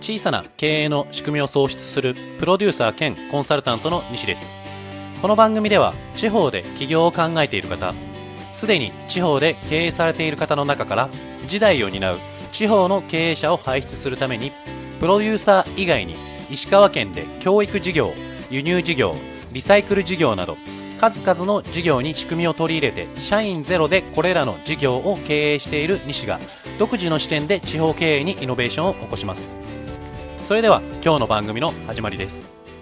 小さな経営の仕組みを創出するプロデューサー兼コンサルタントの西です。この番組では地方で起業を考えている方、すでに地方で経営されている方の中から次代を担う地方の経営者を輩出するために、プロデューサー以外に石川県で教育事業、輸入事業、リサイクル事業など数々の事業に仕組みを取り入れて社員ゼロでこれらの事業を経営している西が独自の視点で地方経営にイノベーションを起こします。それでは今日の番組の始まりです。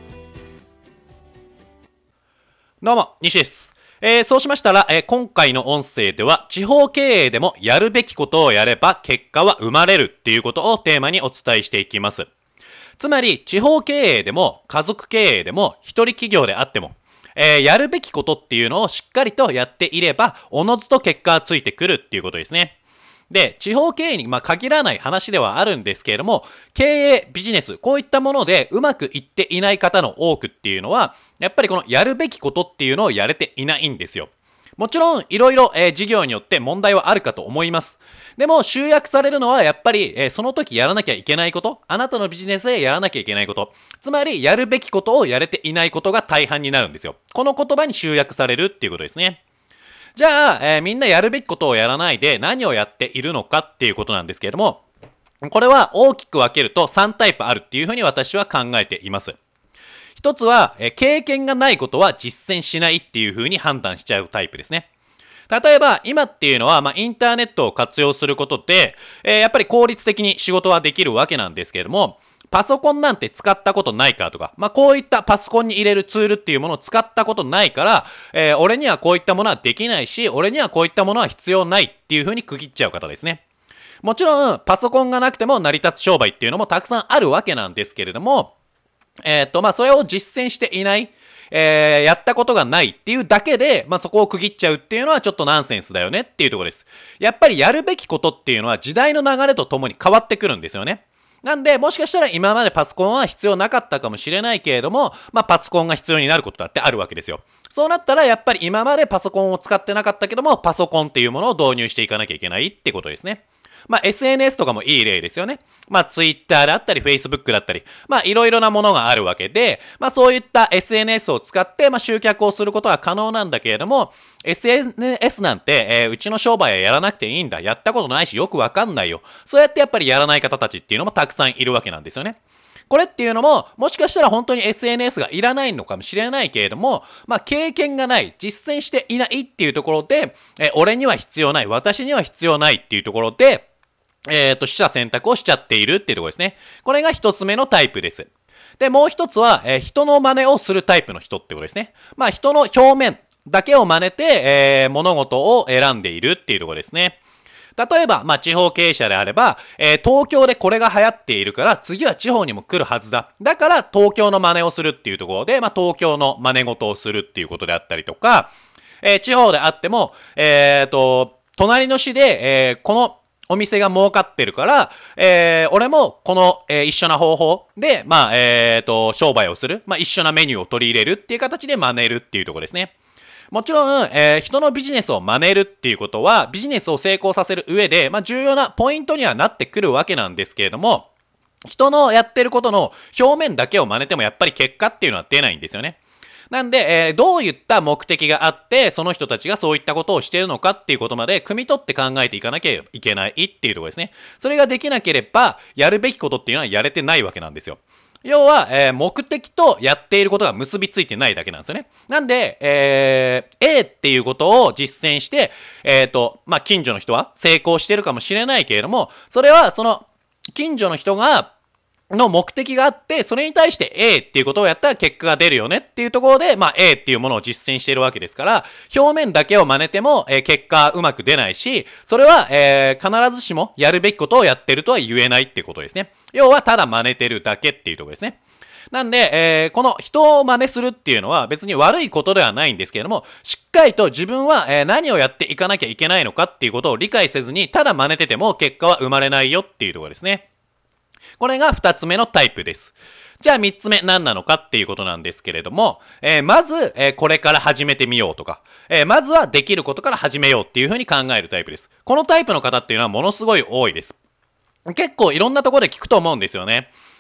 どうも西です。そうしましたら、今回の音声では地方経営でもやるべきことをやれば結果は生まれるっていうことをテーマにお伝えしていきます。つまり地方経営でも家族経営でも一人企業であってもやるべきことっていうのをしっかりとやっていればおのずと結果がついてくるっていうことですね。で、地方経営に限らない話ではあるんですけれども、経営、ビジネス、こういったものでうまくいっていない方の多くっていうのは、やっぱりこのやるべきことっていうのをやれていないんですよ。もちろんいろいろ事業によって問題はあるかと思います。でも集約されるのはやっぱりその時やらなきゃいけないこと、あなたのビジネスでやらなきゃいけないこと、つまりやるべきことをやれていないことが大半になるんですよ。この言葉に集約されるっていうことですね。じゃあ、みんなやるべきことをやらないで何をやっているのかっていうことなんですけれども、これは大きく分けると3タイプあるっていうふうに私は考えています。一つは、経験がないことは実践しないっていうふうに判断しちゃうタイプですね。例えば今っていうのは、インターネットを活用することで、やっぱり効率的に仕事はできるわけなんですけれども、パソコンなんて使ったことないかとか、こういったパソコンに入れるツールっていうものを使ったことないから、俺にはこういったものはできないし、俺にはこういったものは必要ないっていうふうに区切っちゃう方ですね。もちろんパソコンがなくても成り立つ商売っていうのもたくさんあるわけなんですけれども、それを実践していない、やったことがないっていうだけで、そこを区切っちゃうっていうのはちょっとナンセンスだよねっていうところです。やっぱりやるべきことっていうのは時代の流れとともに変わってくるんですよね。なんで、もしかしたら今までパソコンは必要なかったかもしれないけれども、パソコンが必要になることだってあるわけですよ。そうなったら、やっぱり今までパソコンを使ってなかったけども、パソコンっていうものを導入していかなきゃいけないってことですね。SNS とかもいい例ですよね。Twitter だったり Facebook だったり、いろいろなものがあるわけで、そういった SNS を使って、集客をすることは可能なんだけれども、SNS なんて、うちの商売はやらなくていいんだ。やったことないしよくわかんないよ。そうやってやっぱりやらない方たちっていうのもたくさんいるわけなんですよね。これっていうのも、もしかしたら本当に SNS がいらないのかもしれないけれども、経験がない、実践していないっていうところで、俺には必要ない、私には必要ないっていうところで、取捨選択をしちゃっているっていうところですね。これが一つ目のタイプです。で、もう一つは、人の真似をするタイプの人ってことですね。人の表面だけを真似て、物事を選んでいるっていうところですね。例えば、地方経営者であれば、東京でこれが流行っているから、次は地方にも来るはずだ。だから、東京の真似をするっていうところで、東京の真似事をするっていうことであったりとか、地方であっても、隣の市で、このお店が儲かってるから、俺もこの、一緒な方法で、商売をする、一緒なメニューを取り入れるっていう形で真似るっていうところですね。もちろん、人のビジネスを真似るっていうことは、ビジネスを成功させる上で、重要なポイントにはなってくるわけなんですけれども、人のやってることの表面だけを真似てもやっぱり結果っていうのは出ないんですよね。なんで、どういった目的があって、その人たちがそういったことをしているのかっていうことまで、汲み取って考えていかなきゃいけないっていうところですね。それができなければ、やるべきことっていうのはやれてないわけなんですよ。要は、目的とやっていることが結びついてないだけなんですよね。なんで、A っていうことを実践して、近所の人は成功してるかもしれないけれども、それはその、近所の人の目的があって、それに対して A っていうことをやったら結果が出るよねっていうところで、A っていうものを実践しているわけですから、表面だけを真似ても、結果うまく出ないし、それは、必ずしもやるべきことをやってるとは言えないっていうことですね。要はただ真似てるだけっていうところですね。なんで、この人を真似するっていうのは別に悪いことではないんですけれども、しっかりと自分は、何をやっていかなきゃいけないのかっていうことを理解せずに、ただ真似てても結果は生まれないよっていうところですね。これが2つ目のタイプです。じゃあ3つ目何なのかっていうことなんですけれども、まず、これから始めてみようとか、まずはできることから始めようっていうふうに考えるタイプです。このタイプの方っていうのはものすごい多いです。結構いろんなところで聞くと思うんですよね。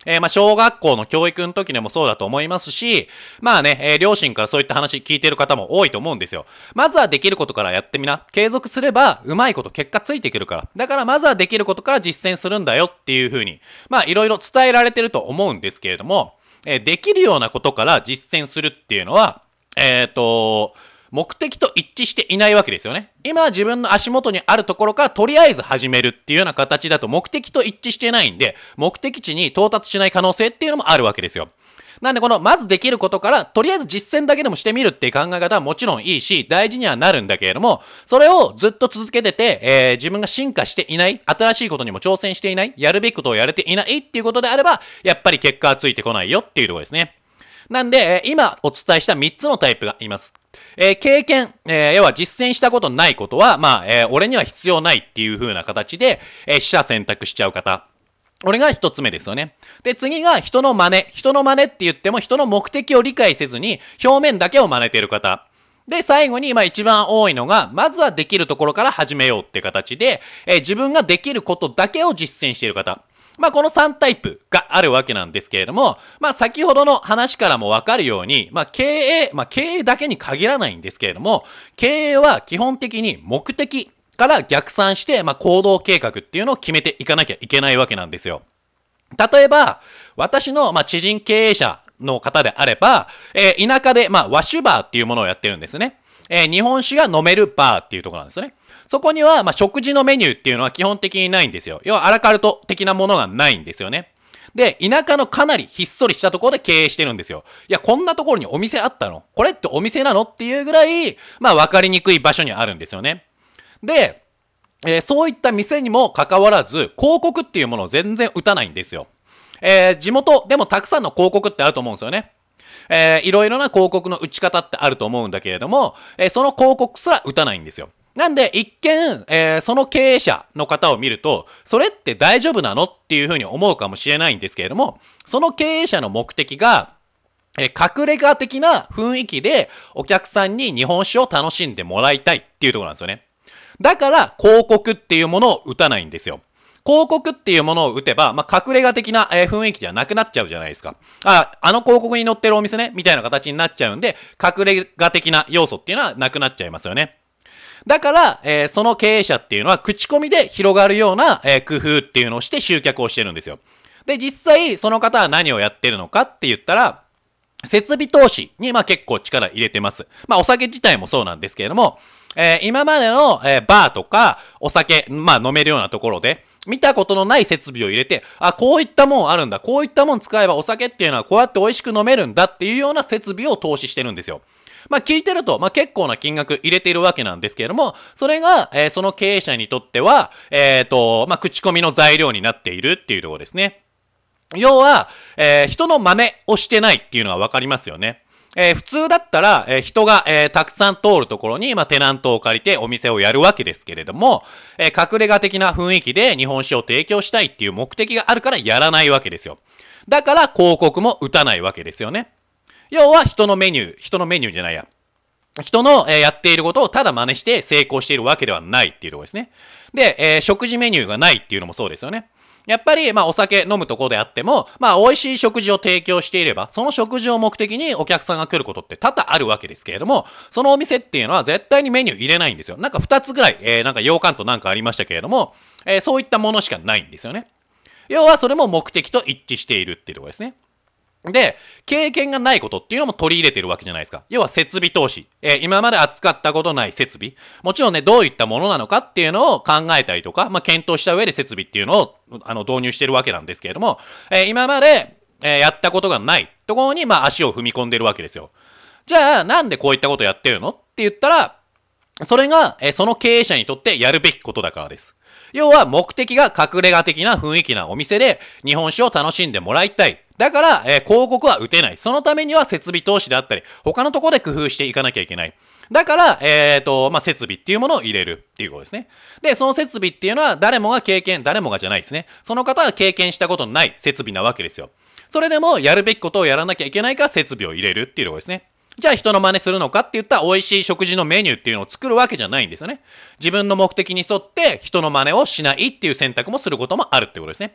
小学校の教育の時でもそうだと思いますし、両親からそういった話聞いてる方も多いと思うんですよ。まずはできることからやってみな。継続すれば、うまいこと結果ついてくるから。だからまずはできることから実践するんだよっていう風に、いろいろ伝えられてると思うんですけれども、できるようなことから実践するっていうのは、目的と一致していないわけですよね。今自分の足元にあるところからとりあえず始めるっていうような形だと目的と一致してないんで、目的地に到達しない可能性っていうのもあるわけですよ。なんでこのまずできることからとりあえず実践だけでもしてみるっていう考え方はもちろんいいし大事にはなるんだけれども、それをずっと続けてて、自分が進化していない、新しいことにも挑戦していない、やるべきことをやれていないっていうことであれば、やっぱり結果はついてこないよっていうところですね。なんで、今お伝えした3つのタイプがいます。経験、要は実践したことないことは、俺には必要ないっていう風な形で、取捨選択しちゃう方。これが一つ目ですよね。で、次が人の真似。人の真似って言っても人の目的を理解せずに表面だけを真似ている方。で、最後に一番多いのが、まずはできるところから始めようって形で、自分ができることだけを実践している方。この3タイプがあるわけなんですけれども、先ほどの話からもわかるように、経営だけに限らないんですけれども、経営は基本的に目的から逆算して、行動計画っていうのを決めていかなきゃいけないわけなんですよ。例えば、私の、知人経営者の方であれば、田舎で、和酒バーっていうものをやってるんですね。日本酒が飲めるバーっていうところなんですね。そこには、食事のメニューっていうのは基本的にないんですよ。要はアラカルト的なものがないんですよね。で、田舎のかなりひっそりしたところで経営してるんですよ。いや、こんなところにお店あったの？これってお店なの？っていうぐらい、わかりにくい場所にあるんですよね。で、そういった店にもかかわらず、広告っていうものを全然打たないんですよ。地元でもたくさんの広告ってあると思うんですよね。いろいろな広告の打ち方ってあると思うんだけれども、その広告すら打たないんですよ。なんで、一見、その経営者の方を見ると、それって大丈夫なのっていうふうに思うかもしれないんですけれども、その経営者の目的が、隠れ家的な雰囲気でお客さんに日本酒を楽しんでもらいたいっていうところなんですよね。だから、広告っていうものを打たないんですよ。広告っていうものを打てば、隠れ家的な、雰囲気じゃなくなっちゃうじゃないですか。あの広告に載ってるお店ね、みたいな形になっちゃうんで、隠れ家的な要素っていうのはなくなっちゃいますよね。だから、その経営者っていうのは口コミで広がるような、工夫っていうのをして集客をしてるんですよ。で、実際その方は何をやってるのかって言ったら、設備投資に結構力入れてます。お酒自体もそうなんですけれども、今までの、バーとかお酒、飲めるようなところで、見たことのない設備を入れて、こういったもんあるんだ、こういったもん使えばお酒っていうのはこうやって美味しく飲めるんだっていうような設備を投資してるんですよ。聞いてると、結構な金額入れているわけなんですけれども、それが、その経営者にとっては、口コミの材料になっているっていうところですね。要は、人の真似をしてないっていうのはわかりますよね。普通だったら、人が、たくさん通るところに、テナントを借りてお店をやるわけですけれども、隠れ家的な雰囲気で日本酒を提供したいっていう目的があるからやらないわけですよ。だから広告も打たないわけですよね。要は人のメニューじゃないや。人の、やっていることをただ真似して成功しているわけではないっていうところですね。で、食事メニューがないっていうのもそうですよね。やっぱり、お酒飲むところであっても、美味しい食事を提供していれば、その食事を目的にお客さんが来ることって多々あるわけですけれども、そのお店っていうのは絶対にメニュー入れないんですよ。なんか2つぐらい、洋館となんかありましたけれども、そういったものしかないんですよね。要はそれも目的と一致しているっていうところですね。で、経験がないことっていうのも取り入れてるわけじゃないですか。要は設備投資。今まで扱ったことない設備。もちろんね、どういったものなのかっていうのを考えたりとか、検討した上で設備っていうのを導入してるわけなんですけれども、今まで、やったことがないところに、足を踏み込んでるわけですよ。じゃあ、なんでこういったことをやってるのって言ったら、それが、その経営者にとってやるべきことだからです。要は目的が隠れ家的な雰囲気なお店で日本酒を楽しんでもらいたい。だから、広告は打てない。そのためには設備投資であったり、他のところで工夫していかなきゃいけない。だから、設備っていうものを入れるっていうことですね。で、その設備っていうのは誰もがじゃないですね。その方が経験したことのない設備なわけですよ。それでもやるべきことをやらなきゃいけないから設備を入れるっていうところですね。じゃあ人の真似するのかって言ったら美味しい食事のメニューっていうのを作るわけじゃないんですよね。自分の目的に沿って人の真似をしないっていう選択もすることもあるってことですね。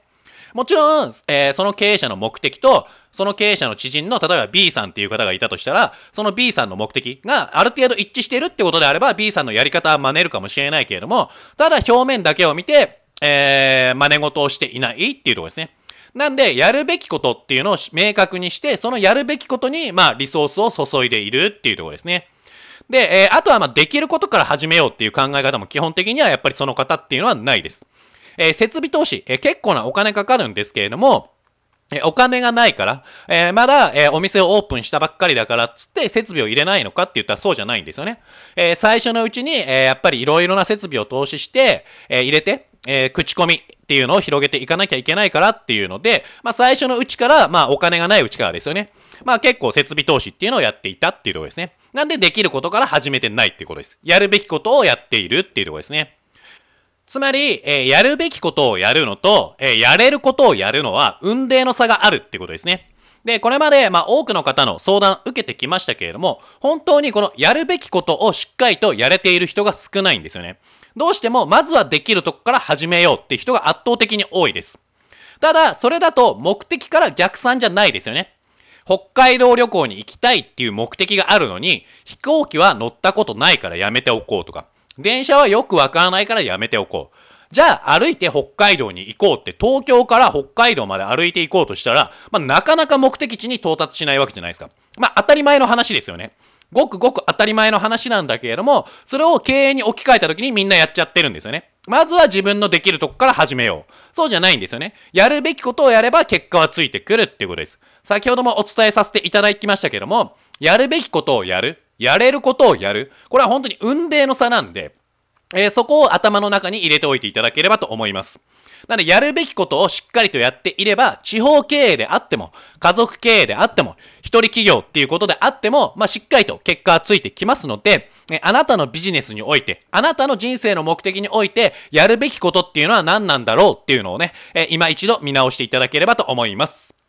もちろん、その経営者の目的と、その経営者の知人の、例えば B さんっていう方がいたとしたら、その B さんの目的がある程度一致しているってことであれば、B さんのやり方は真似るかもしれないけれども、ただ表面だけを見て、真似事をしていないっていうところですね。なんで、やるべきことっていうのを明確にして、そのやるべきことに、リソースを注いでいるっていうところですね。で、あとはできることから始めようっていう考え方も基本的にはやっぱりその方っていうのはないです。設備投資、結構なお金かかるんですけれども、お金がないから、まだ、お店をオープンしたばっかりだからっつって設備を入れないのかって言ったらそうじゃないんですよね。最初のうちに、やっぱりいろいろな設備を投資して、入れて、口コミっていうのを広げていかなきゃいけないからっていうので、最初のうちから、お金がないうちからですよね。結構設備投資っていうのをやっていたっていうところですね。なんでできることから始めてないっていうことです。やるべきことをやっているっていうところですね。つまり、やるべきことをやるのと、やれることをやるのは、運命の差があるってことですね。で、これまで、多くの方の相談受けてきましたけれども、本当にこのやるべきことをしっかりとやれている人が少ないんですよね。どうしても、まずはできるとこから始めようっていう人が圧倒的に多いです。ただ、それだと目的から逆算じゃないですよね。北海道旅行に行きたいっていう目的があるのに、飛行機は乗ったことないからやめておこうとか、電車はよくわからないからやめておこう。じゃあ歩いて北海道に行こうって東京から北海道まで歩いて行こうとしたら、なかなか目的地に到達しないわけじゃないですか。当たり前の話ですよね。ごくごく当たり前の話なんだけれども、それを経営に置き換えた時にみんなやっちゃってるんですよね。まずは自分のできるとこから始めよう。そうじゃないんですよね。やるべきことをやれば結果はついてくるっていうことです。先ほどもお伝えさせていただきましたけども、やるべきことをやる。やれることをやる。これは本当に運命の差なんで、そこを頭の中に入れておいていただければと思います。なので、やるべきことをしっかりとやっていれば、地方経営であっても、家族経営であっても、一人企業っていうことであっても、しっかりと結果がついてきますので、あなたのビジネスにおいて、あなたの人生の目的において、やるべきことっていうのは何なんだろうっていうのをね、今一度見直していただければと思います。